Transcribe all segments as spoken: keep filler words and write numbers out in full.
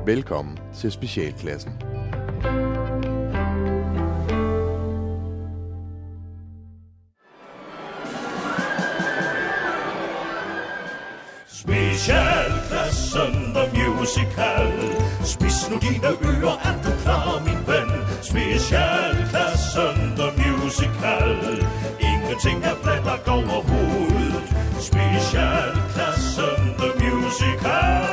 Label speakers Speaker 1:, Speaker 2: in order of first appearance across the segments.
Speaker 1: Velkommen til Specialklassen.
Speaker 2: Specialklassen, the musical. Spids nu dine ører, er du klar, min ven? Specialklassen, the musical. Ingenting er planlagt overhovedet. Specialklassen, the musical.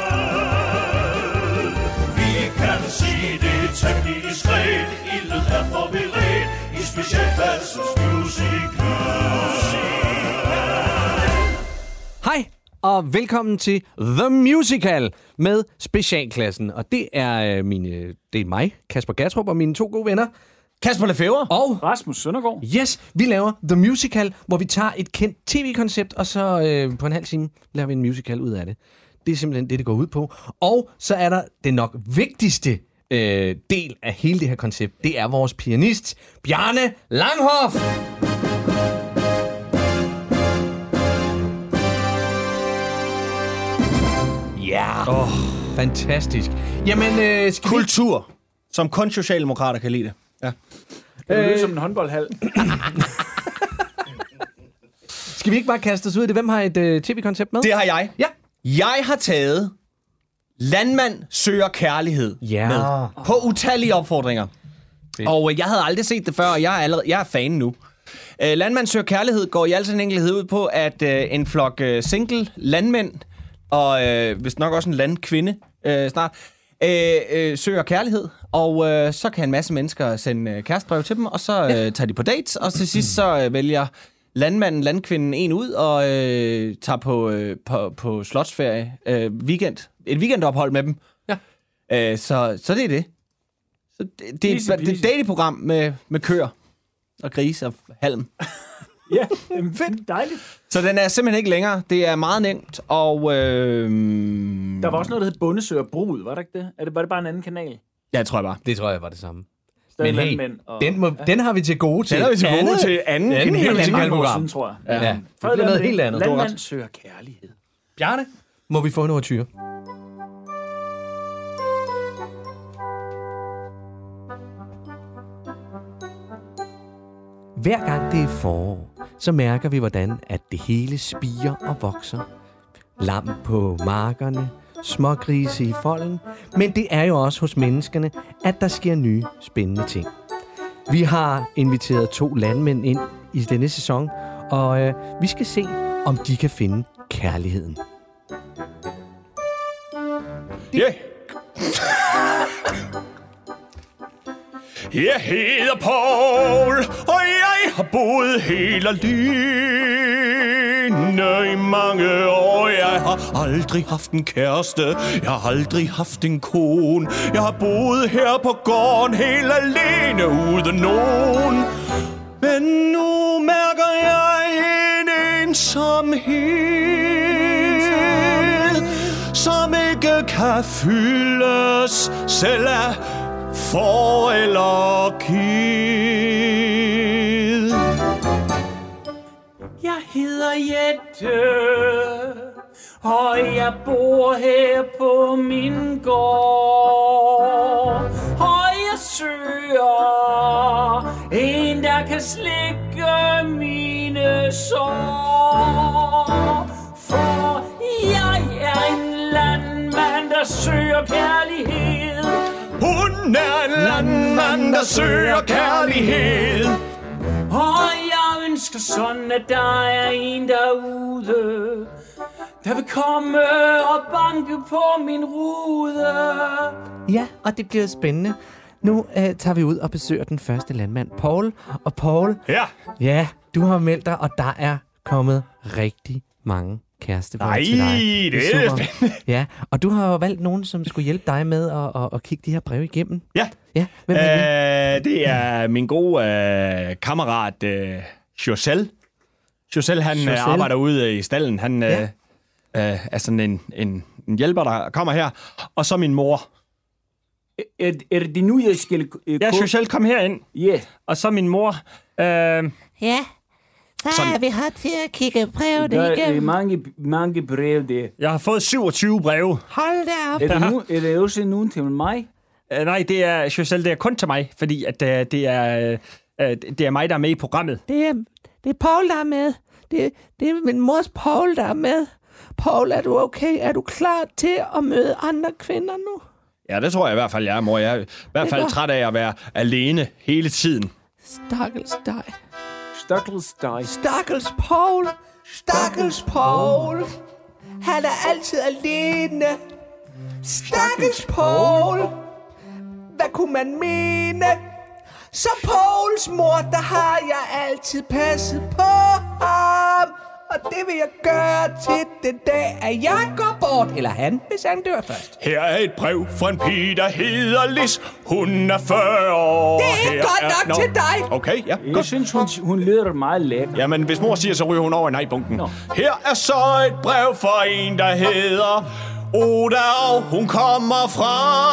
Speaker 2: Vi kan sige det temmelig diskret. Ildet er forberedt i specialklassens musical.
Speaker 3: Hej og velkommen til The Musical med Specialklassen. Og det er øh, mine, det er mig, Kasper Gatrup, og mine to gode venner,
Speaker 4: Kasper Lefebvre
Speaker 3: og
Speaker 5: Rasmus Søndergaard.
Speaker 3: Yes, vi laver The Musical, hvor vi tager et kendt tv-koncept, og så øh, på en halv time laver vi en musical ud af det. Det er simpelthen det, det går ud på. Og så er der det nok vigtigste øh, del af hele det her koncept. Det er vores pianist, Bjarne Langhoff. Ja, oh, fantastisk. Jamen, øh, skal
Speaker 4: Kultur, vi... som kun socialdemokrater kan lide det. Ja.
Speaker 5: Det er øh... som en håndboldhal.
Speaker 3: Skal vi ikke bare kaste os ud i det? Hvem har et øh, tv-koncept med?
Speaker 4: Det har jeg.
Speaker 3: Ja.
Speaker 4: Jeg har taget Landmand søger kærlighed
Speaker 3: ja.
Speaker 4: med på utallige opfordringer. Fedt. Og øh, jeg havde aldrig set det før, og jeg er, allerede, jeg er fan nu. Øh, Landmand søger kærlighed går i al sin enkelhed ud på, at øh, en flok øh, single landmænd og øh, vist nok også en landkvinde øh, snart, øh, øh, søger kærlighed, og øh, så kan en masse mennesker sende øh, kærestebrev til dem, og så øh, tager de på dates, og til sidst så øh, vælger landmanden, landkvinden en ud, og øh, tager på, øh, på, på slotsferie, øh, weekend, et weekendophold med dem. Ja. Øh, så, så det er det. Så det, det, er, det er et datingprogram med, med køer og grise og halm.
Speaker 5: Ja, fedt, dejligt.
Speaker 4: Så den er simpelthen ikke længere. Det er meget nemt, og... Øh...
Speaker 5: Der var også noget, der hed Bondesøger Brud, var det ikke det? Er det, var det bare en anden kanal?
Speaker 4: Ja, det tror jeg bare.
Speaker 3: Det tror jeg var det samme.
Speaker 5: Stadig
Speaker 3: Men hey,
Speaker 5: mænd og...
Speaker 3: den, må, ja. den har vi til gode til.
Speaker 4: Den har vi til gode andet, til anden.
Speaker 3: anden
Speaker 4: en helt
Speaker 3: anden program,
Speaker 5: tror jeg.
Speaker 3: Ja, ja. Det bliver noget helt andet.
Speaker 5: Landmand søger kærlighed.
Speaker 3: Bjarne, må vi få en overture? Hver gang det er forår, så mærker vi, hvordan at det hele spirer og vokser. Lam på markerne, smågrise i folden, men det er jo også hos menneskerne, at der sker nye, spændende ting. Vi har inviteret to landmænd ind i denne sæson, og øh, vi skal se, om de kan finde kærligheden.
Speaker 2: Ja. Yeah. Jeg hedder Paul, og jeg har boet helt alene i mange år. Jeg har aldrig haft en kæreste, jeg har aldrig haft en kone. Jeg har boet her på gården helt alene uden nogen. Men nu mærker jeg en ensomhed, som ikke kan fyldes selv af for eller kid.
Speaker 5: Jeg hedder Jette, og jeg bor her på min gård. Og jeg søger en, der kan slikke mine sår. For jeg er en landmand, der søger kærlighed.
Speaker 2: Hun er en landmand, der søger kærlighed.
Speaker 5: Og jeg ønsker sådan, at der er en derude, der vil komme og banke på min rude.
Speaker 3: Ja, og det bliver spændende. Nu øh, tager vi ud og besøger den første landmand, Paul. Og Paul,
Speaker 2: ja,
Speaker 3: ja, du har meldt dig, og der er kommet rigtig mange kærestebrev til dig.
Speaker 2: Nej, det er spændende.
Speaker 3: Ja, og du har jo valgt nogen, som skulle hjælpe dig med at, at, at kigge de her breve igennem.
Speaker 2: Ja,
Speaker 3: ja hvem er det?
Speaker 2: øh, det er min gode øh, kammerat øh, Josel. Josel, han Josel. arbejder ude i stallen. Han ja. øh, øh, er sådan en, en, en hjælper, der kommer her. Og så min mor.
Speaker 5: Er, er det nu, jeg skal... Uh,
Speaker 2: ja, Josel, kom herind.
Speaker 5: Ja. Yeah.
Speaker 2: Og så min mor. Øh,
Speaker 6: ja,
Speaker 3: Så er vi her til at kigge brev
Speaker 5: Der
Speaker 3: det
Speaker 5: er
Speaker 3: igennem.
Speaker 5: mange, mange brev, det.
Speaker 2: Jeg har fået syvogtyve breve.
Speaker 3: Hold da op.
Speaker 5: Er det, nu, er det også nogen til mig?
Speaker 2: Uh, nej, det er, Giselle, det er kun til mig, fordi at, uh, det, er, uh, det er mig, der er med i programmet.
Speaker 3: Det er, det er Paul, der er med. Det, det er min mors Paul, der er med. Paul, er du okay? Er du klar til at møde andre kvinder nu?
Speaker 2: Ja, det tror jeg i hvert fald, jeg er, mor. Jeg er i hvert fald træt af at være alene hele tiden.
Speaker 3: Stakkels dig.
Speaker 5: Stakkels dig.
Speaker 3: Stakkels Paul. Stakkels Paul. Han er altid alene. Stakkels Paul. Hvad kunne man mene? Så Pauls mor, der har jeg altid passet på ham. Og det vil jeg gøre til den dag, at jeg går bort. Eller han, hvis han dør først.
Speaker 2: Her er et brev fra en pige, der hedder Lis. Hun er fyrre år.
Speaker 3: Det er ikke
Speaker 2: Her
Speaker 3: godt nok
Speaker 2: Nå.
Speaker 3: til dig.
Speaker 2: Okay, ja,
Speaker 5: Jeg
Speaker 2: godt.
Speaker 5: synes, hun, hun lyder meget lækker.
Speaker 2: Jamen, hvis mor siger, så ryger hun over i nej-bunken.
Speaker 5: Nå.
Speaker 2: Her er så et brev fra en, der hedder Oda, og hun kommer fra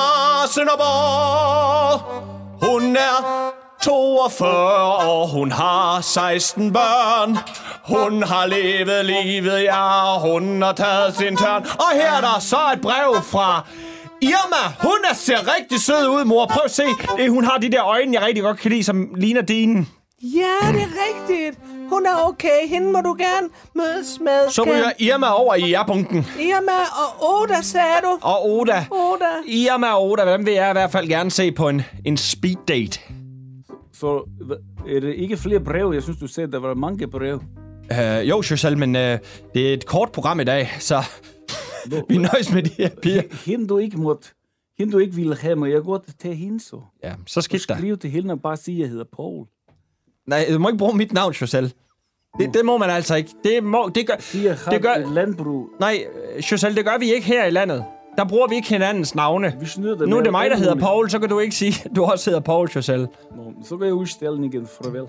Speaker 2: Sønderborg. Hun er toogfyrre år, hun har seksten børn. Hun har levet livet, ja, og hun har taget sin tørn. Og her er der så et brev fra Irma. Hun er, ser rigtig sød ud, mor. Prøv at se. Det, hun har de der øjne, jeg rigtig godt kan lide, som ligner dine.
Speaker 3: Ja, det er rigtigt. Hun er okay. Hende må du gerne mødes med.
Speaker 2: Så ryger Irma over i jærbunken.
Speaker 3: Irma og Oda, sagde du.
Speaker 2: Og Oda.
Speaker 3: Oda.
Speaker 2: Irma og Oda, dem vil jeg i hvert fald gerne se på en, en speed date.
Speaker 5: Så er det ikke flere brev? Jeg synes, du sagde, der var mange brev.
Speaker 2: Uh, jo, Giselle, men uh, det er et kort program i dag, så vi nøjes med de her piger.
Speaker 5: Hende du ikke måtte, hende du ikke ville have, må jeg godt tage hende så.
Speaker 2: Ja, så skidt der.
Speaker 5: Skriv til hende og bare sige, at jeg hedder Paul.
Speaker 2: Nej, du må ikke bruge mit navn, Giselle. Det, det må man altså ikke. Det, må, det gør...
Speaker 5: Siger
Speaker 2: Det gør...
Speaker 5: landbrug.
Speaker 2: Nej, Giselle, det gør vi ikke her i landet. Der bruger vi ikke hinandens navne.
Speaker 5: Vi snyder dem.
Speaker 2: Nu er det mig, der hedder Paul, så kan du ikke sige, at du også hedder Paul, Giselle.
Speaker 5: Nå, så kan jeg udstillingen. Farvel.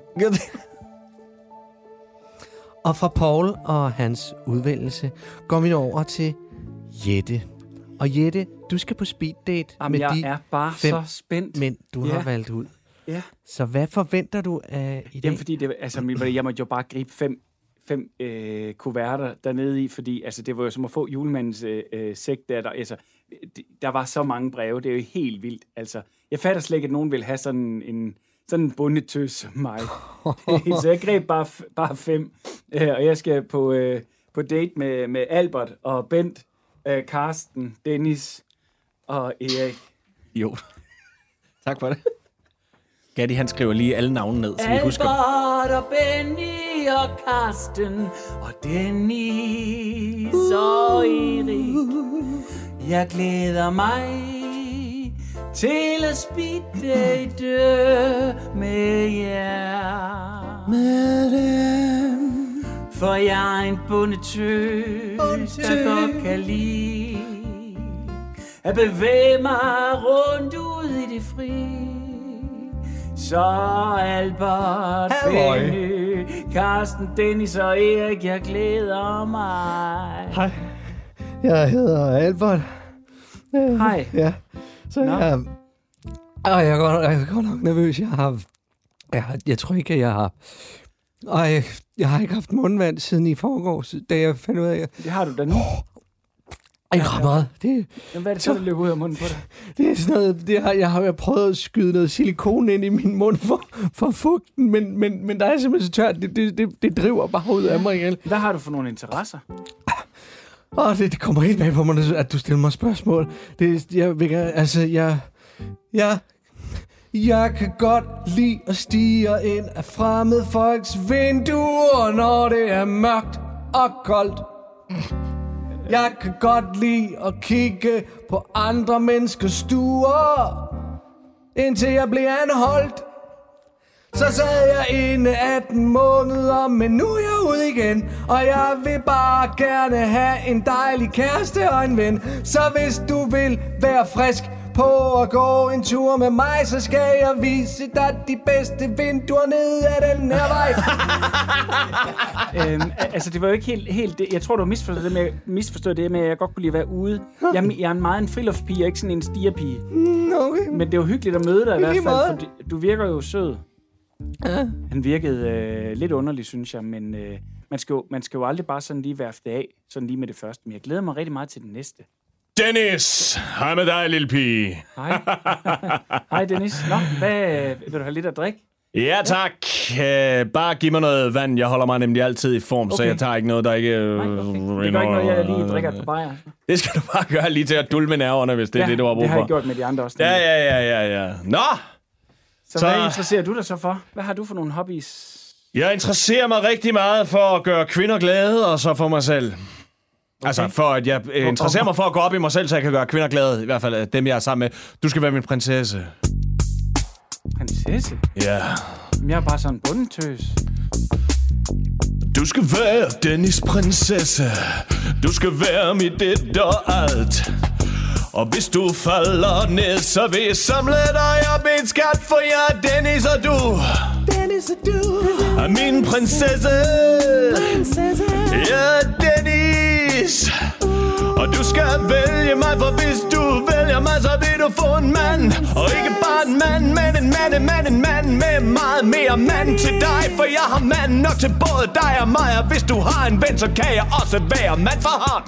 Speaker 3: Og fra Paul og hans udvælgelse går vi over til Jette. Og Jette, du skal på speed date
Speaker 5: Jamen,
Speaker 3: med
Speaker 5: jeg
Speaker 3: de
Speaker 5: er bare
Speaker 3: fem
Speaker 5: så spændt.
Speaker 3: mænd, du
Speaker 5: Ja.
Speaker 3: har valgt ud.
Speaker 5: Ja.
Speaker 3: Så hvad forventer du af i dag?
Speaker 5: Jamen, fordi det, altså, jeg måtte jo bare gribe fem, fem øh, kuverter dernede i, fordi altså, det var jo som at få julemandens øh, øh, sæk der. Der, altså, det, der var så mange breve, det er jo helt vildt. Altså, jeg fatter slet ikke, at nogen vil have sådan en, sådan en bundetøs som mig. Så jeg greb bare, bare fem, øh, og jeg skal på, øh, på date med, med Albert og Bent, øh, Karsten, Dennis og Erik.
Speaker 2: Jo. Tak for det. Gatti, han skriver lige alle navne ned, så vi husker.
Speaker 5: Albert og Benny og Karsten og Dennis og Erik. Jeg glæder mig til at speeddate med jer. Med dem. For jeg er en bundetøs, der godt kan lide at bevæge mig rundt ud i det fri. Så Albert,
Speaker 2: Halløj.
Speaker 5: Benny, Karsten, Dennis og Erik, jeg glæder mig.
Speaker 3: Hej. Jeg hedder Albert.
Speaker 5: Hej.
Speaker 3: Ja. Så
Speaker 5: Nå.
Speaker 3: jeg... Og jeg er godt, jeg er godt nok nervøs. Jeg har... Jeg, har, jeg tror ikke, at jeg har... Og jeg, jeg har ikke haft mundvand siden i forgårs, da jeg fandt ud af... Jeg,
Speaker 5: Det har du da nu.
Speaker 3: ikke ret meget. Det,
Speaker 5: Jamen, hvad er det så, der løber ud af munden på dig?
Speaker 3: det er sådan noget... Det har, jeg har prøvet at skyde noget silikon ind i min mund for, for fugten, men, men, men der er simpelthen så tørt. Det, det, det, det driver bare ud af mig igen.
Speaker 5: Hvad har du for nogle interesser?
Speaker 3: Åh, det, det kommer helt bag på mig, at du stiller mig spørgsmål. Det, jeg, vil gerne- altså, jeg, jeg, jeg kan godt lide at stige ind af fremmede folks vinduer, når det er mørkt og koldt. Jeg kan godt lide at kigge på andre menneskers stuer, indtil jeg bliver anholdt. Så sad jeg inde atten måneder, men nu er jeg ude igen. Og jeg vil bare gerne have en dejlig kæreste og en ven. Så hvis du vil være frisk på at gå en tur med mig, så skal jeg vise dig de bedste vinduer ned ad den her vej.
Speaker 5: øhm, altså, det var jo ikke helt, helt det. Jeg tror, du har misforstået det med, misforstået det med, at jeg godt kunne lide at være ude. Jeg, er- jeg er en meget en friluftspige, og ikke sådan en stierpige.
Speaker 3: Okay.
Speaker 5: Men det er jo hyggeligt at møde dig i hvert
Speaker 3: lige
Speaker 5: fald,
Speaker 3: måde.
Speaker 5: fordi du virker jo sød. Ja. Han virkede øh, lidt underlig, synes jeg, men øh, man, skal jo, man skal jo aldrig bare sådan lige værfte af, sådan lige med det første. Men jeg glæder mig rigtig meget til det næste.
Speaker 2: Dennis! Hej med dig, lille pige.
Speaker 5: Hej. Hej, Dennis. Nå, hvad, vil du have lidt at drikke?
Speaker 2: Ja, tak. Øh, bare giv mig noget vand. Jeg holder mig nemlig altid i form, okay. Så jeg tager ikke noget, der ikke... Øh,
Speaker 5: Nej, okay. Det gør ikke noget, jeg lige drikker et par bajer.
Speaker 2: Det skal du bare gøre lige til at dulme nerverne, hvis det ja, er det, du har brug for.
Speaker 5: det har jeg gjort med de andre også.
Speaker 2: Ja, ja, ja, ja, ja. Nå!
Speaker 5: Så, så hvad interesserer du dig så for? Hvad har du for nogle hobbies?
Speaker 2: Jeg interesserer mig rigtig meget for at gøre kvinder glade, og så for mig selv. Okay. Altså, for at jeg øh, interesserer mig for at gå op i mig selv, så jeg kan gøre kvinder glade. I hvert fald dem, jeg er sammen med. Du skal være min prinsesse.
Speaker 5: Prinsesse?
Speaker 2: Ja.
Speaker 5: Jeg er bare sådan en bundetøs.
Speaker 2: Du skal være Dennis' prinsesse. Du skal være mit et og alt. Og hvis du falder ned, så vil jeg samle dig op i en skat. For jeg er Dennis og du.
Speaker 3: Dennis og du
Speaker 2: er min prinsesse.
Speaker 3: Prinsesse.
Speaker 2: Jeg er Dennis. Og du skal vælge mig, for hvis du vælger mig, så vil du få en mand. Og ikke bare en mand, men en mand, en mand, en mand med meget mere mand til dig. For jeg har mand nok til både dig og mig. Og hvis du har en ven, så kan jeg også være mand for ham.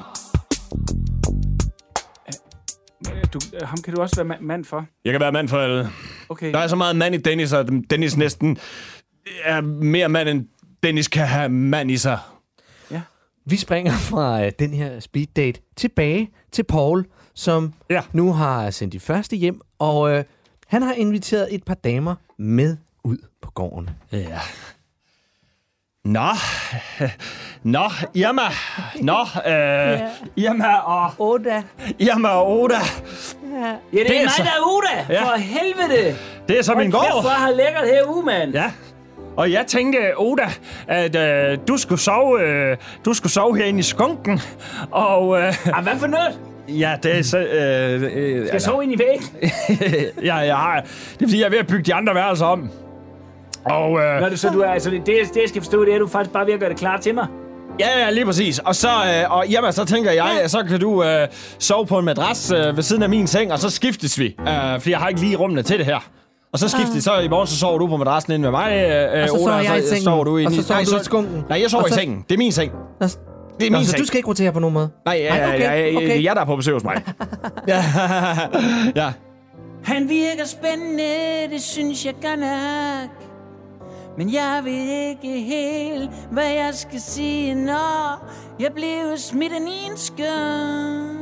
Speaker 5: Du, ham kan du også være ma- mand for?
Speaker 2: Jeg kan være mand for alle.
Speaker 5: Okay.
Speaker 2: Der er så meget mand i Dennis, at Dennis næsten er mere mand, end Dennis kan have mand i sig.
Speaker 3: Ja. Vi springer fra uh, den her speed date tilbage til Paul, som ja. nu har sendt de første hjem, og uh, han har inviteret et par damer med ud på gården.
Speaker 2: Ja. Nå, nå, Irma, nå, øh, ja. Irma og...
Speaker 3: Oda.
Speaker 2: Irma og Oda.
Speaker 5: Ja, ja det, det er mig, så... der er Oda, ja. For helvede.
Speaker 2: Det er så min gård.
Speaker 5: Kæft, hvor har lækkert herude, mand.
Speaker 2: Ja, og jeg tænkte, Oda, at øh, du skulle sove, øh, du skulle sove herinde i skunken, og... Øh,
Speaker 5: ah, hvad for noget?
Speaker 2: Ja, det er så... Øh, øh,
Speaker 5: Skal jeg sove ind i væggen?
Speaker 2: ja, jeg har... Det er fordi, jeg er ved at bygge de andre værelser om. Og, øh,
Speaker 5: Nå, så du er, altså, det, det, jeg skal forstå, det er, at du faktisk bare ved at gøre det klar til mig.
Speaker 2: Ja, ja, lige præcis. Og så, øh, og, jamen, så tænker jeg, ja. så kan du øh, sove på en madras øh, ved siden af min seng, og så skiftes vi. Øh, fordi jeg har ikke lige rummene til det her. Og så skiftes, så i morgen, så sover du på madrassen inde med mig, øh,
Speaker 3: og så sover jeg i sengen,
Speaker 2: sover du
Speaker 3: og så sover
Speaker 2: nej,
Speaker 3: du i skunken.
Speaker 2: Nej, jeg sover
Speaker 3: så...
Speaker 2: i sengen. Det er min seng.
Speaker 3: Nå,
Speaker 2: det er min
Speaker 3: Nå, så
Speaker 2: seng.
Speaker 3: du skal ikke rotere på nogen måde?
Speaker 2: Nej, ja, ja, okay, ja, ja, okay. Det er jeg, der er på besøg hos mig. ja. ja.
Speaker 6: Han virker spændende, det synes jeg godt nok. Men jeg ved ikke helt, hvad jeg skal sige, når jeg blev smidt ind i en skunk.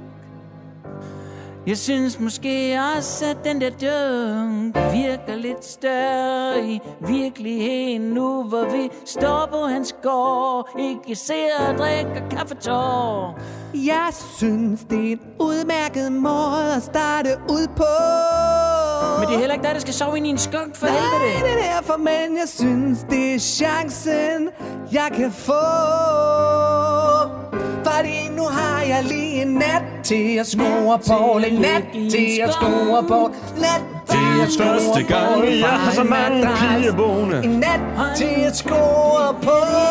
Speaker 6: Jeg synes måske også, at den der dunk virker lidt større i virkeligheden nu, hvor vi står på hans gård, ikke ser og drikker kaffetår.
Speaker 3: Jeg synes, det er en udmærket måde at starte ud på.
Speaker 6: Men det er heller ikke dig, der skal sove ind i en skunk, for
Speaker 3: Nej,
Speaker 6: helvede.
Speaker 3: Nej, det er derfor, men jeg synes, det er chancen, jeg kan få. Fordi nu har jeg lige en nat til at score på. En nat til at score på. Nat til at score på.
Speaker 2: Første gang, jeg har så mange pigeboende.
Speaker 3: En nat til at score på.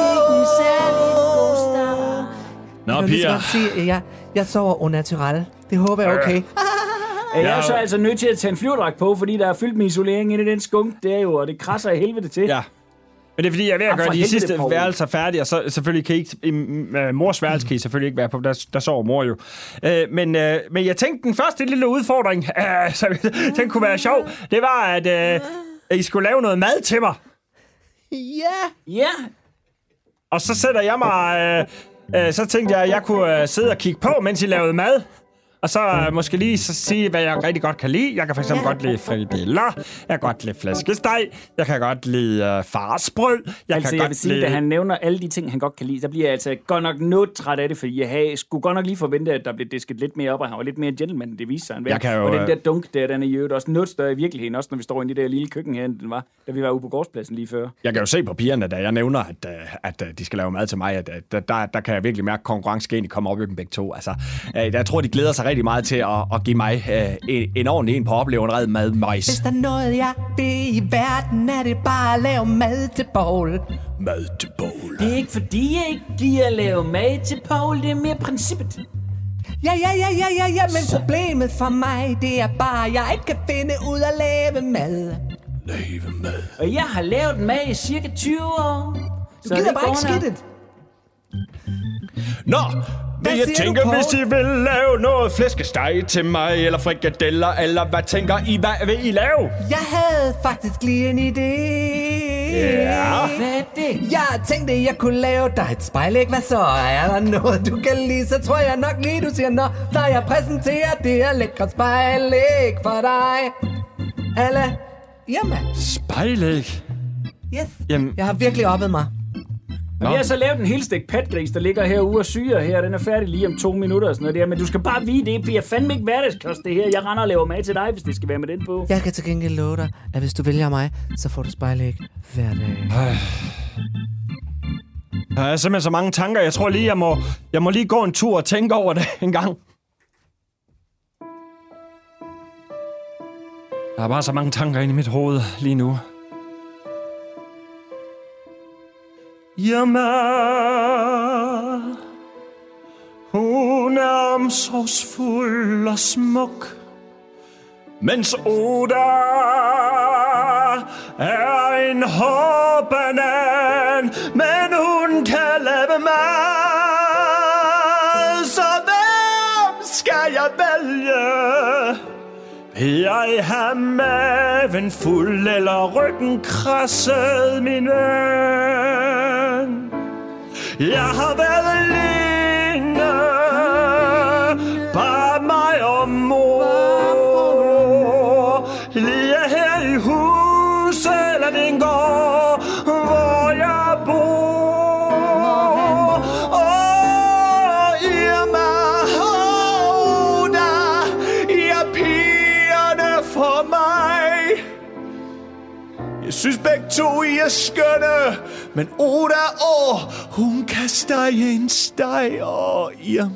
Speaker 2: Nå, piger.
Speaker 3: Sige, jeg, jeg sover au naturel. Det håber jeg er okay.
Speaker 5: Ja, jeg er så altså nødt til at tage en flyverdragt på, fordi der er fyldt med isolering inde i den skunk. Det er jo, og det krasser i helvede til.
Speaker 2: Ja. Men det er fordi, jeg er ved at gøre de
Speaker 5: helvede,
Speaker 2: sidste
Speaker 5: Paul.
Speaker 2: værelser færdige, og så selvfølgelig kan I ikke... I, uh, mors værelse kan I selvfølgelig ikke være på, der, der sover mor jo. Uh, men, uh, men jeg tænkte, den første lille udfordring, uh, så den kunne være sjov, det var, at uh, I skulle lave noget mad til mig.
Speaker 3: Ja.
Speaker 5: Ja.
Speaker 2: Og så sætter jeg mig... Uh, uh, så tænkte jeg, at jeg kunne uh, sidde og kigge på, mens I lavede mad. Og så uh, måske lige så sige, hvad jeg rigtig godt kan lide. Jeg kan fx ja. godt lide frikadeller. Jeg kan godt lide flæskesteg. Jeg kan godt lide uh, farsbrød. Jeg
Speaker 5: altså,
Speaker 2: kan
Speaker 5: jeg
Speaker 2: godt
Speaker 5: vil sige,
Speaker 2: lide...
Speaker 5: at han nævner alle de ting, han godt kan lide. Der bliver jeg altså godt nok noget træt af det, fordi jeg havde, skulle godt nok lige forvente, at der blev disket lidt mere op, og han var lidt mere gentleman, end det viste sig.
Speaker 2: Jeg kan jo,
Speaker 5: og den der dunk der, den er jo også noget større i virkeligheden, også når vi står inde i det der lille køkken her, end den var, da vi var ude på gårdspladsen lige før.
Speaker 2: Jeg kan jo se på pigerne, da jeg nævner, at, at, at de skal lave mad til mig, at, at der, der kan jeg virkelig mærke, at konkurrencen kommer op i dem begge to. Altså, jeg tror, de glæder sig rigtig meget til at, at give mig uh, en, en ordentlig en på oplevelsen mad majs.
Speaker 3: Hvis der er noget, jeg vil i verden, er det bare at lave mad til Paul.
Speaker 2: Mad til Paul.
Speaker 6: Det er ikke fordi, jeg ikke gider at lave mad til Paul, det er mere princippet.
Speaker 3: Ja, ja, ja, ja, ja, ja, men så problemet for mig, det er bare, at jeg ikke kan finde ud af at lave mad.
Speaker 2: leve med.
Speaker 6: Og jeg har lavet mad i cirka tyve år.
Speaker 3: Du gider bare ikke skidtet.
Speaker 2: Nå, men jeg tænker, du, hvis I vil lave noget flæskesteg til mig, eller frikadeller, eller hvad tænker I, hvad vil I lave?
Speaker 3: Jeg havde faktisk lige en idé.
Speaker 2: Ja.
Speaker 6: Hvad er det?
Speaker 3: Jeg tænkte, jeg kunne lave dig et spejlæg. Hvad så? Er der noget, du kan lide? Så tror jeg nok lige, du siger nå, når jeg præsenterer det her lækre spejlæg for dig. Alle, jamen.
Speaker 2: Spejlæg?
Speaker 3: Yes.
Speaker 2: Jamen.
Speaker 3: Jeg har virkelig oppet mig.
Speaker 5: Og vi har så lavet en helstegt patgris, der ligger herude og syrer her. Den er færdig lige om to minutter og sådan noget der. Men du skal bare vide det, for jeg fandme ikke hverdagskost det her. Jeg render og laver mad til dig, hvis det skal være med den på.
Speaker 3: Jeg kan til gengæld love dig, at hvis du vælger mig, så får du spejlæg hver dag.
Speaker 2: Der er simpelthen så mange tanker. Jeg tror lige, jeg må, jeg må lige gå en tur og tænke over det en gang. Der er bare så mange tanker inde i mit hoved lige nu. Jamen, hun er omsorgsfuld og smuk, mens Oda er en hård banan, men hun kan lave mad. Så hvem skal jeg vælge? Vil jeg have maven fuld eller ryggen krasset, min ven? Jeg har været alene, bare mig og mor. Lige her i huset eller den gård, hvor jeg bor. Åh, Irma, Oda, I er pigerne for mig. Jeg synes begge to, I er skønne, men Oda, åh, hun kan stege en steg, og Irma.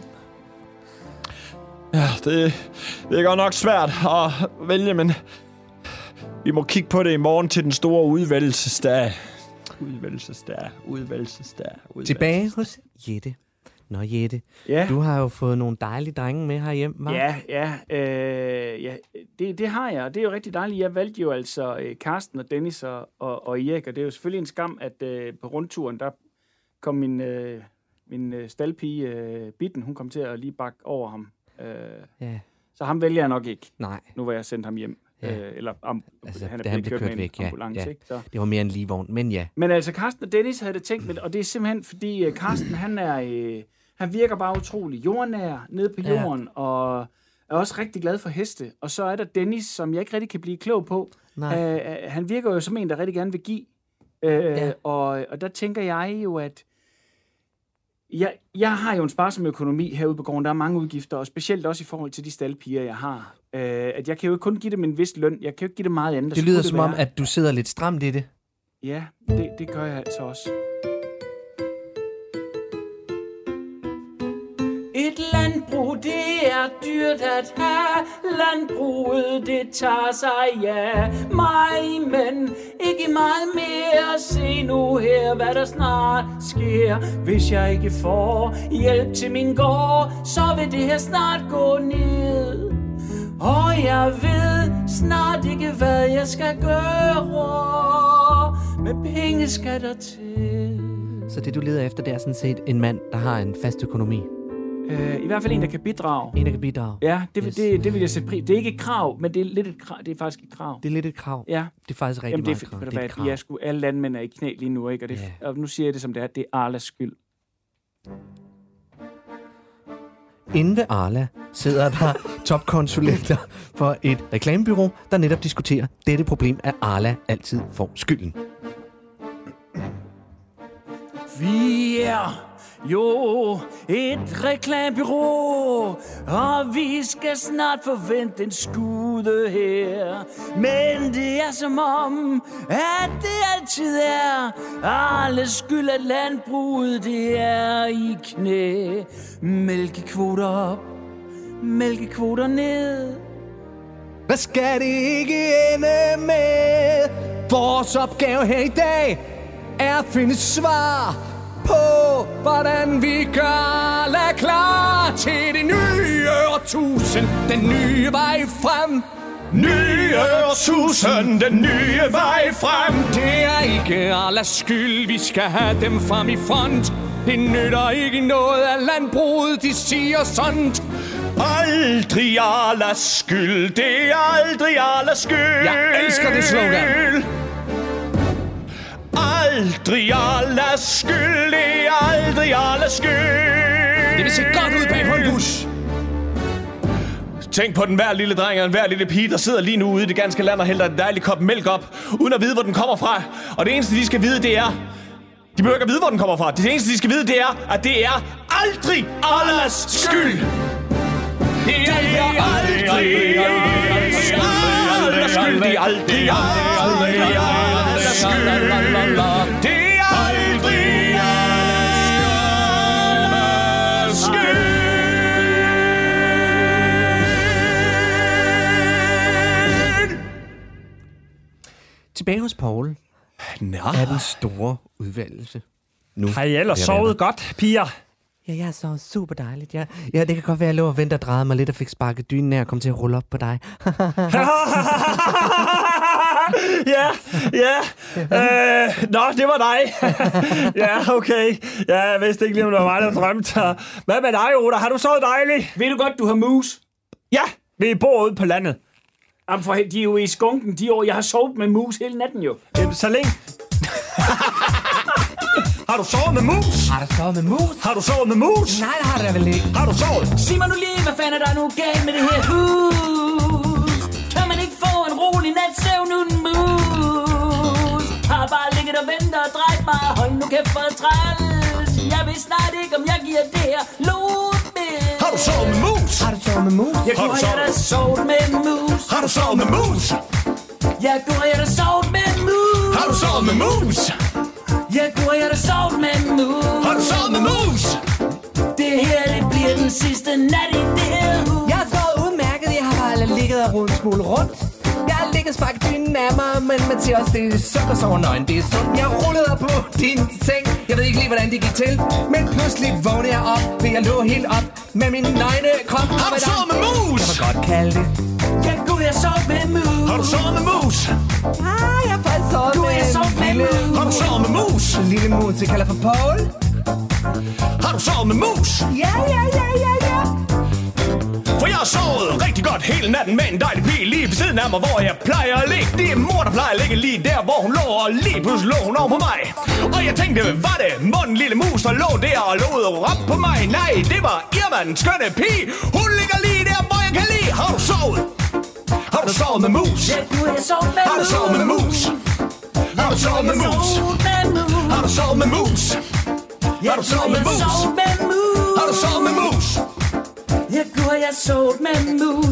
Speaker 2: Ja, det, det er godt nok svært at vælge, men vi må kigge på det i morgen til den store udvælgelsesdag. Udvælgelsesdag, udvælgelsesdag, udvælgelsesdag.
Speaker 3: Tilbage hos Jette. Nå, Jette,
Speaker 5: Ja.
Speaker 3: du har jo fået nogle dejlige drenge med herhjem, hva'?
Speaker 5: Ja, ja, øh, ja det, det har jeg, og det er jo rigtig dejligt. Jeg valgte jo altså øh, Karsten og Dennis og, og, og Erik, og det er jo selvfølgelig en skam, at øh, på rundturen, der kom min, øh, min øh, staldpige øh, Bitten, hun kom til at lige bakke over ham. Øh,
Speaker 3: Ja.
Speaker 5: så ham vælger jeg nok ikke,
Speaker 3: Nej,
Speaker 5: nu hvor jeg sendt ham hjem.
Speaker 3: Ja.
Speaker 5: Øh, eller am,
Speaker 3: altså,
Speaker 5: han er
Speaker 3: da han
Speaker 5: blevet kørt, kørt
Speaker 3: kørt
Speaker 5: med
Speaker 3: væk,
Speaker 5: en
Speaker 3: ja,
Speaker 5: ambulance,
Speaker 3: ja.
Speaker 5: ikke? Så.
Speaker 3: Det var mere en ligevogn, men ja.
Speaker 5: Men altså, Karsten og Dennis havde det tænkt med, og det er simpelthen, fordi uh, Karsten, han er, øh, han virker bare utrolig jordnær nede på
Speaker 3: Ja.
Speaker 5: jorden, og er også rigtig glad for heste. Og så er der Dennis, som jeg ikke rigtig kan blive klog på.
Speaker 3: Nej.
Speaker 5: Uh, han virker jo som en, der rigtig gerne vil give. Uh,
Speaker 3: Ja.
Speaker 5: og, og der tænker jeg jo, at jeg, jeg har jo en sparsom økonomi herude på gården. Der er mange udgifter, og specielt også i forhold til de staldpiger, jeg har. Uh, at jeg kan jo kun give dem en vis løn. Jeg kan jo ikke give dem meget andet.
Speaker 3: Det lyder som om, at du sidder lidt stramt i det.
Speaker 5: Ja, det, det gør jeg altså også.
Speaker 6: Et landbrug, det er dyrt at have. Landbruget, det tager sig af mig, men ikke meget mere. Se nu her, hvad der snart sker. Hvis jeg ikke får hjælp til min gård, så vil det her snart gå ned. Og jeg ved snart ikke, hvad jeg skal gøre. Med penge skal der til.
Speaker 3: Så det, du leder efter, det er sådan set en mand, der har en fast økonomi.
Speaker 5: Uh, I hvert fald en, der kan bidrage.
Speaker 3: En, der kan bidrage.
Speaker 5: Ja, det,
Speaker 3: Yes.
Speaker 5: det, det vil jeg sætte pris. Det er ikke et krav, men det er lidt et krav. Det er faktisk et krav.
Speaker 3: Det er lidt et krav.
Speaker 5: Ja.
Speaker 3: Det er faktisk rigtig
Speaker 5: Jamen, det,
Speaker 3: meget
Speaker 5: er,
Speaker 3: krav.
Speaker 5: det,
Speaker 3: Det er et
Speaker 5: det,
Speaker 3: krav.
Speaker 5: jeg skulle, alle landmænd er i knæ lige nu, ikke? Og, det,
Speaker 3: Ja.
Speaker 5: og nu siger jeg det, som det er. Det er Arlas skyld.
Speaker 3: Inde ved Arla sidder der topkonsulenter for et reklamebureau, der netop diskuterer dette problem, at Arla altid får skylden.
Speaker 6: Vi er jo et reklamebureau, og vi skal snart forvente en skude her. Men det er som om, at det altid er alles skyld, at landbruget det er i knæ. Mælkekvoter op, mælkekvoter ned.
Speaker 3: Hvad skal det ikke ende med? Vores opgave her i dag er at finde svar på, hvordan vi gør Arla klar til det nye årtusind. Den nye vej frem.
Speaker 2: Nye årtusind, den nye vej frem.
Speaker 7: Det er ikke Arlas skyld, vi skal have dem frem i front. Det nytter ikke noget af landbruget, de siger sådan.
Speaker 2: Aldrig Arlas skyld, det er aldrig Arlas skyld.
Speaker 7: Jeg elsker det slogan.
Speaker 2: Aldrig Arlas skyld, det er aldrig Arlas skyld.
Speaker 7: Det vil se godt ud bag på en bus.
Speaker 2: Tænk på den hver lille dreng og en hver lille pige, der sidder lige nu ude i det ganske land og hælder en dejlig kop mælk op, uden at vide, hvor den kommer fra. Og det eneste, de skal vide, det er... De behøver ikke at vide, hvor den kommer fra. Det eneste, de skal vide, det er, at det er aldrig Arlas skyld. Det er aldrig, aldrig, aldrig, aldrig skyld. Det er aldrig, aldrig, aldrig skyld. Det er aldrig Arlas skyld.
Speaker 3: Tilbage hos Paul
Speaker 2: Nå.
Speaker 3: er den store udvalgelse. Nu.
Speaker 8: Har I ellers sovet godt, piger?
Speaker 3: Ja, jeg har sovet super dejligt. Ja, ja, det kan godt være, at jeg lå og ventede og drejede mig lidt og fik sparket dynen ned og kom til at rulle op på dig.
Speaker 8: ja, ja. Øh, nå, det var dig. ja, okay. Ja, jeg vidste ikke lige, om det var mig, der drømte. Hvad med dig, Oda? Har du sovet dejligt?
Speaker 5: Ved du godt, du har mus?
Speaker 8: Ja, vi bor ude på landet.
Speaker 5: Jamen for de er jo i skunken de år. Jeg har sovet med mus hele natten jo.
Speaker 8: Jamen, så længe. Har du sovet med mus?
Speaker 6: Har du sovet med mus?
Speaker 8: Har du sovet med mus?
Speaker 6: Nej, det har du da vel ikke.
Speaker 8: Har du sovet?
Speaker 6: Sig mig nu lige, hvad fanden er der nu galt med det her hus? Kan man ikke få en rolig nat søvn uden mus? Har bare ligget og ventet og drejet mig. Hold nu kæft for træls. Jeg ved snart ikke, om jeg giver det her lortbil.
Speaker 2: Har du sovet med mus?
Speaker 6: Har du sovet med mus? Jeg
Speaker 2: Har du
Speaker 6: kunne have da sovet med mus.
Speaker 2: Har du sovet med mus?
Speaker 6: Jeg kunne have da sovet med mus.
Speaker 2: Har du sovet med mus?
Speaker 6: Jeg kunne have da sovet med mus.
Speaker 2: Har du sovet med mus?
Speaker 6: Det her, det bliver den sidste nat i det her hus. Jeg har sovet udmærket. Jeg har bare ligget og rodet en smule rundt. Jeg har ligget og sparket dynen af mig, men man siger også, det er sundt at sove nøgen. Det er sundt. Jeg rullede på din seng. Jeg ved ikke lige, hvordan det gik til. Men pludselig vågnede jeg op, ved jeg lå helt op med min nøgne krop.
Speaker 2: Har du sovet med mus?
Speaker 6: Jeg vil godt kalde det. Jeg kunne have sovet med mus.
Speaker 2: Har du sovet med mus?
Speaker 6: Ah, jeg har faktisk sovet med en lille mus.
Speaker 2: Har du sovet med mus?
Speaker 6: En lille mus, jeg kalder for Paul.
Speaker 2: Har du sovet med mus?
Speaker 6: Ja, ja, ja, ja, ja.
Speaker 2: For jeg har sovet rigtig godt hele natten med en dejlig pige lige ved siden af mig, hvor jeg plejer at ligge. Det er mor, der plejer at ligge lige der, hvor hun lå, og lige pludselig lå hun over på mig. Og jeg tænkte, var det munden lille mus, der lå der og lå op på mig? Nej, det var Irma, den skønne pige. Hun ligger lige der, hvor jeg kan lide. Har du sovet? Har du sovet med mus?
Speaker 6: Jeg kunne have sovet med mus.
Speaker 2: Har du sovet med mus? Har du sovet med mus? Har du sovet med mus? Har du sovet med mus? Har du sovet med mus?
Speaker 6: Jeg kunne have sovet med mus.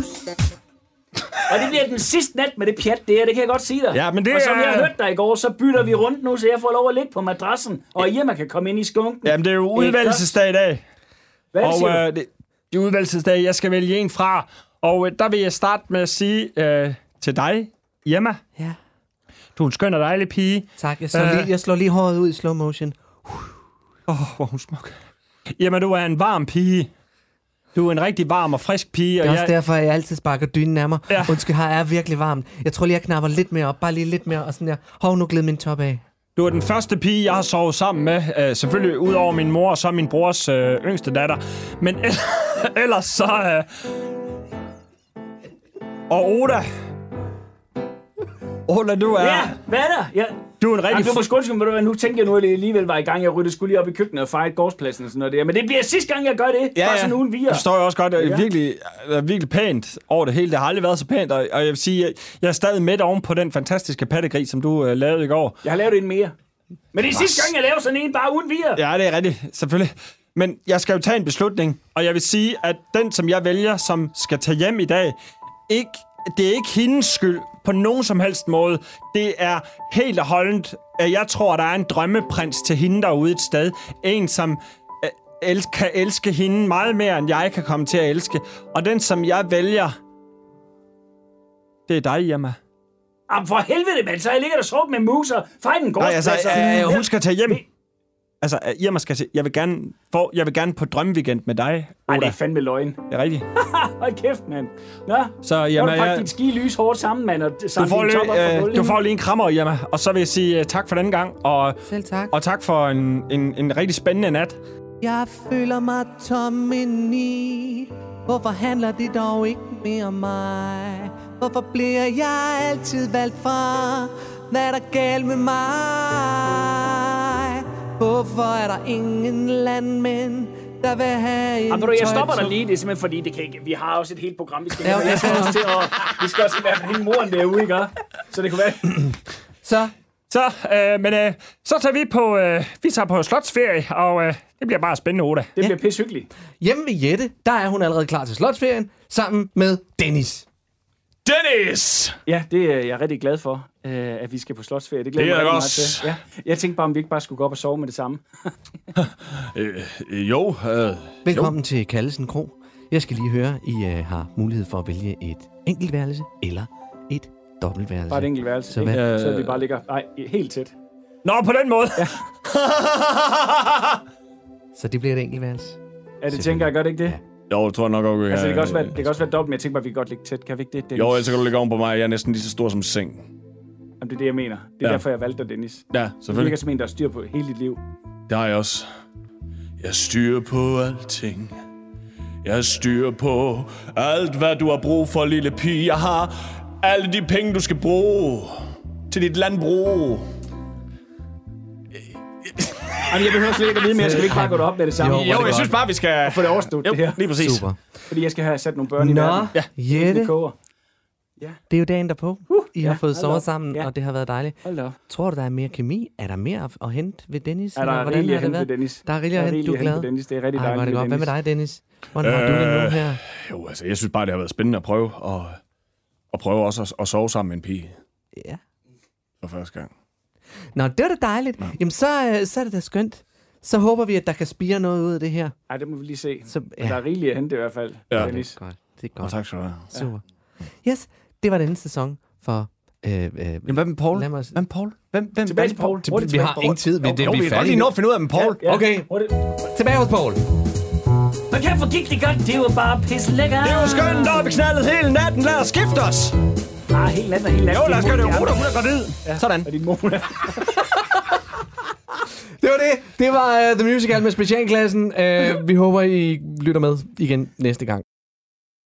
Speaker 5: Og det bliver den sidste nat med det pjat der, det kan jeg godt sige dig.
Speaker 8: Ja, men det
Speaker 5: og som
Speaker 8: er...
Speaker 5: jeg hørte dig i går, så bytter vi rundt nu, så jeg får lov at ligge på madrassen, og Irma kan komme ind i skunken.
Speaker 8: Jamen, det er jo udvalgelsesdag i dag.
Speaker 5: Hvad
Speaker 8: og
Speaker 5: siger
Speaker 8: øh, det, det er udvalgelsesdag, jeg skal vælge en fra. Og øh, der vil jeg starte med at sige øh, til dig, Irma.
Speaker 3: Ja.
Speaker 8: Du er en skøn og dejlig pige.
Speaker 3: Tak, jeg slår,
Speaker 8: Øh.
Speaker 3: lige, jeg slår lige håret ud i slow motion.
Speaker 8: Åh, oh, hvor er hun smuk. Irma, du er en varm pige. Du er en rigtig varm og frisk pige.
Speaker 3: Det er
Speaker 8: og
Speaker 3: også
Speaker 8: jeg...
Speaker 3: derfor, at jeg altid sparker dynen af mig.
Speaker 8: Ja.
Speaker 3: Undskyld, her er virkelig varmt. Jeg tror lige, jeg knapper lidt mere op. Bare lige lidt mere. Og sådan der. Hov, nu gled min top af.
Speaker 8: Du er den første pige, jeg har sovet sammen med. Øh, selvfølgelig ud over min mor og så min brors øh, yngste datter. Men ellers så... Øh... Og Oda. Oda, du er...
Speaker 5: Ja, hvad er der? Ja.
Speaker 8: Du er en rigtig...
Speaker 5: Jamen, du må sgu undskylde, men nu tænker jeg nu, at det alligevel var i gang. Jeg ryddede skulle lige op i køkkenet og fejede gårdspladsen og sådan noget der. Men det bliver sidste gang, jeg gør det.
Speaker 8: Ja,
Speaker 5: Bare sådan ugen
Speaker 8: jeg
Speaker 5: via.
Speaker 8: forstår jeg også godt. Det er
Speaker 5: Ja.
Speaker 8: virkelig, det er virkelig pænt over det hele. Det har aldrig været så pænt. Og, og jeg vil sige, jeg, jeg er stadig midt oven på den fantastiske pattegris, som du uh, lavede i går.
Speaker 5: Jeg har lavet en mere. Men det er sidste gang, jeg laver sådan en, bare uden via.
Speaker 8: Ja, det er rigtigt. Selvfølgelig. Men jeg skal jo tage en beslutning. Og jeg vil sige, at den, som jeg vælger, som skal tage hjem i dag, ikke, det er ikke hendes skyld på nogen som helst måde. Det er helt og holdent, at jeg tror, der er en drømmeprins til hende derude et sted. En, som øh, el- kan elske hende meget mere, end jeg kan komme til at elske. Og den, som jeg vælger, det er dig, Irma.
Speaker 5: Jamen for helvede, mand. Så jeg ligger der sovet med mus og fejde en
Speaker 8: Nej, altså,
Speaker 5: gårdspladser.
Speaker 8: øh, hun skal tage hjem. Altså, Irma skal se, jeg vil gerne, få, jeg vil gerne på drømmeweekend med dig, Oda.
Speaker 5: Ej, det er fandme løgn.
Speaker 8: Det er rigtigt.
Speaker 5: Hold kæft, mand. Nå,
Speaker 8: så
Speaker 5: jamen,
Speaker 8: jamen,
Speaker 5: har du pakket
Speaker 8: jeg,
Speaker 5: dit ski lys hårdt sammen, mand, og
Speaker 8: du
Speaker 5: samle
Speaker 8: får,
Speaker 5: din top op
Speaker 8: lige,
Speaker 5: for
Speaker 8: øh,
Speaker 5: gulvet.
Speaker 8: du får lige en krammer, Irma. Og så vil jeg sige uh, tak for den gang. Og,
Speaker 3: Selv tak.
Speaker 8: og tak for en, en, en rigtig spændende nat.
Speaker 3: Jeg føler mig tom indeni. Hvorfor handler det dog ikke mere om mig? Hvorfor bliver jeg altid valgt fra? Hvad er der galt med mig? Hvorfor er der ingen landmænd, der vil have en
Speaker 5: Jamen, du, jeg stopper
Speaker 3: tøj-
Speaker 5: dig lige. Det er simpelthen fordi, det kan ikke, vi har også et helt program, vi skal
Speaker 3: Ja,
Speaker 5: ja,
Speaker 3: okay.
Speaker 5: jeg skal også til at, vi skal også være med hele moren derude, ikke? Så det kunne være...
Speaker 3: Så,
Speaker 8: Så, øh, men øh, så tager vi på, øh, vi tager på slotsferie, og øh, det bliver bare spændende, Oda.
Speaker 5: Det bliver pishyggeligt.
Speaker 3: hjemme ved Jette, der er hun allerede klar til slotsferien, sammen med Dennis.
Speaker 2: Dennis!
Speaker 5: Ja, det er jeg er rigtig glad for, øh, at vi skal på slotsferie. Det glæder
Speaker 2: Det er
Speaker 5: mig rigtig
Speaker 2: også-
Speaker 5: meget til. Ja. Jeg tænkte bare, om vi ikke bare skulle gå op og sove med det samme.
Speaker 2: Øh, øh, jo, øh,
Speaker 3: Velkommen jo. til Kallesen Kro. Jeg skal lige høre, I uh, har mulighed for at vælge et enkeltværelse eller et dobbeltværelse.
Speaker 5: Bare et enkelt værelse.
Speaker 3: Så
Speaker 5: Så,
Speaker 3: hvad-
Speaker 5: så vi bare ligger nej, helt tæt.
Speaker 8: Nå, på den måde. Ja.
Speaker 3: Så det bliver et enkeltværelse.
Speaker 5: Ja, det tænker jeg godt, ikke det?
Speaker 2: jo, jeg tror nok, okay.
Speaker 5: Altså, det kan også være, det kan også være dobbelt, men jeg tænker bare, at vi kan godt ligge tæt. Kan vi ikke det, Dennis?
Speaker 2: Jo, ellers kan du ligge oven på mig. Jeg er næsten lige så stor som seng.
Speaker 5: Jamen, det er det, jeg mener. Det er
Speaker 2: Ja.
Speaker 5: ja. derfor, jeg valgte dig, Dennis.
Speaker 2: Ja,
Speaker 5: Du virker
Speaker 2: selvfølgelig.
Speaker 5: som en, der har styr på hele dit liv.
Speaker 2: Det har jeg også. Jeg styrer på alting. Jeg styrer på alt, hvad du har brug for, lille pige. Jeg har alle de penge, du skal bruge til dit landbrug.
Speaker 5: Jamen, jeg behøver slet ikke at vide mere. Skal vi ikke bare gå derop med det samme?
Speaker 3: Jo,
Speaker 2: Jo, jeg synes bare, vi skal...
Speaker 5: Få det overstået, det her.
Speaker 2: Lige præcis.
Speaker 3: Super.
Speaker 5: Fordi jeg skal have sat nogle børn i
Speaker 3: Nå,
Speaker 5: verden.
Speaker 3: ja. Jette,
Speaker 5: Det koger.
Speaker 3: det er jo dagen derpå. I har
Speaker 5: ja,
Speaker 3: fået
Speaker 5: hold
Speaker 3: sovet
Speaker 5: op.
Speaker 3: sammen,
Speaker 5: Ja.
Speaker 3: og det har været dejligt.
Speaker 5: Hold da op.
Speaker 3: Tror du, der er mere kemi? Er der mere at, at hente ved Dennis?
Speaker 5: Er
Speaker 3: eller
Speaker 5: der
Speaker 3: hvordan
Speaker 5: rigeligt
Speaker 3: har
Speaker 5: at
Speaker 3: det
Speaker 5: hente ved
Speaker 3: været?
Speaker 5: Dennis?
Speaker 3: Der er rigeligt at hente, du er
Speaker 5: rigeligt at
Speaker 3: glad?
Speaker 5: hente ved Dennis. Det er rigtig
Speaker 3: Ej, hvor er
Speaker 5: dejligt
Speaker 3: det godt. Hvad med
Speaker 5: Dennis.
Speaker 3: dig, Dennis? Hvordan har du det nu her?
Speaker 2: Jo, altså, jeg synes bare, det har været spændende at prøve. Og, og prøve også at, at sove sammen med en pige.
Speaker 3: Ja.
Speaker 2: For første gang.
Speaker 3: Nå, det var da dejligt. Jamen, så, øh, så er det da skønt. Så håber vi, at der kan spire noget ud af det her.
Speaker 5: Ej, det må vi lige se.
Speaker 3: Så,
Speaker 5: Ja. Der er rigeligt at hente i hvert fald,
Speaker 2: Ja.
Speaker 5: Dennis.
Speaker 3: Godt. Det er
Speaker 2: Og
Speaker 3: godt.
Speaker 2: tak skal du have.
Speaker 3: Super. Yes, det var denne sæson for... Øh, øh,
Speaker 8: Jamen, hvad med Paul?
Speaker 3: Lad mig s-
Speaker 8: Hvem Paul? Hvem, hvem,
Speaker 5: Tilbage til
Speaker 8: hvem-
Speaker 5: Paul. Hurtigt
Speaker 3: vi
Speaker 5: tilbage
Speaker 3: har
Speaker 5: til
Speaker 3: ingen
Speaker 5: Paul.
Speaker 3: tid. Vi, det,
Speaker 8: Jo,
Speaker 3: vi
Speaker 8: vi
Speaker 3: er
Speaker 8: kan lige
Speaker 3: færdige
Speaker 8: nå
Speaker 3: nu.
Speaker 8: at finde ud af med Paul.
Speaker 5: Ja,
Speaker 3: Okay.
Speaker 5: hurtigt.
Speaker 3: Tilbage hos Paul.
Speaker 6: Men kæft, gik det godt, det var bare pisse lækker.
Speaker 8: Det var skønt, og vi knaldede hele natten. Lad os skifte os.
Speaker 5: Ah, helt natten og helt natten.
Speaker 8: Jo, lad os gøre det.
Speaker 5: Din mor,
Speaker 8: Oda, hun er gravid. Sådan.
Speaker 5: Og din mor.
Speaker 3: Det var det. Det var uh, The Musical med specialklassen. Uh, vi håber, I lytter med igen næste gang.